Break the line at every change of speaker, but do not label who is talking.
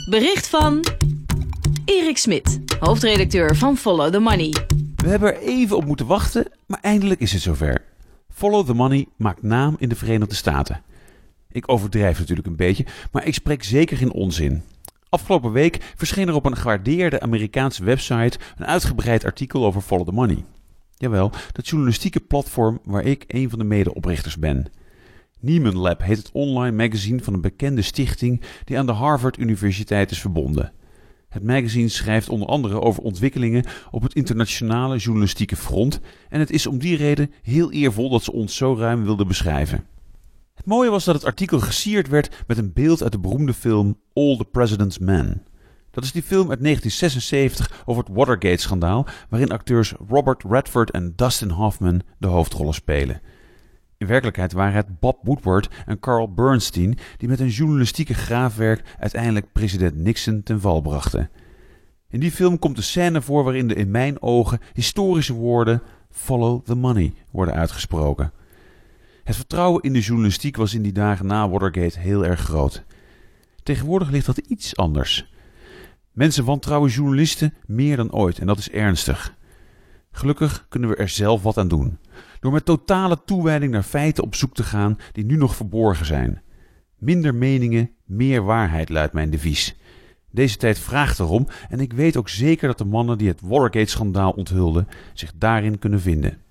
Bericht van Erik Smit, hoofdredacteur van Follow the Money.
We hebben er even op moeten wachten, maar eindelijk is het zover. Follow the Money maakt naam in de Verenigde Staten. Ik overdrijf natuurlijk een beetje, maar ik spreek zeker geen onzin. Afgelopen week verscheen er op een gewaardeerde Amerikaanse website een uitgebreid artikel over Follow the Money. Jawel, dat journalistieke platform waar ik een van de medeoprichters ben. Nieman Lab heet het online magazine van een bekende stichting die aan de Harvard Universiteit is verbonden. Het magazine schrijft onder andere over ontwikkelingen op het internationale journalistieke front en het is om die reden heel eervol dat ze ons zo ruim wilden beschrijven. Het mooie was dat het artikel gesierd werd met een beeld uit de beroemde film All the President's Men. Dat is die film uit 1976 over het Watergate-schandaal waarin acteurs Robert Redford en Dustin Hoffman de hoofdrollen spelen. In werkelijkheid waren het Bob Woodward en Carl Bernstein die met hun journalistieke graafwerk uiteindelijk president Nixon ten val brachten. In die film komt de scène voor waarin de in mijn ogen historische woorden Follow the Money worden uitgesproken. Het vertrouwen in de journalistiek was in die dagen na Watergate heel erg groot. Tegenwoordig ligt dat iets anders. Mensen wantrouwen journalisten meer dan ooit en dat is ernstig. Gelukkig kunnen we er zelf wat aan doen. Door met totale toewijding naar feiten op zoek te gaan die nu nog verborgen zijn. Minder meningen, meer waarheid luidt mijn devies. Deze tijd vraagt erom en ik weet ook zeker dat de mannen die het Watergate-schandaal onthulden zich daarin kunnen vinden.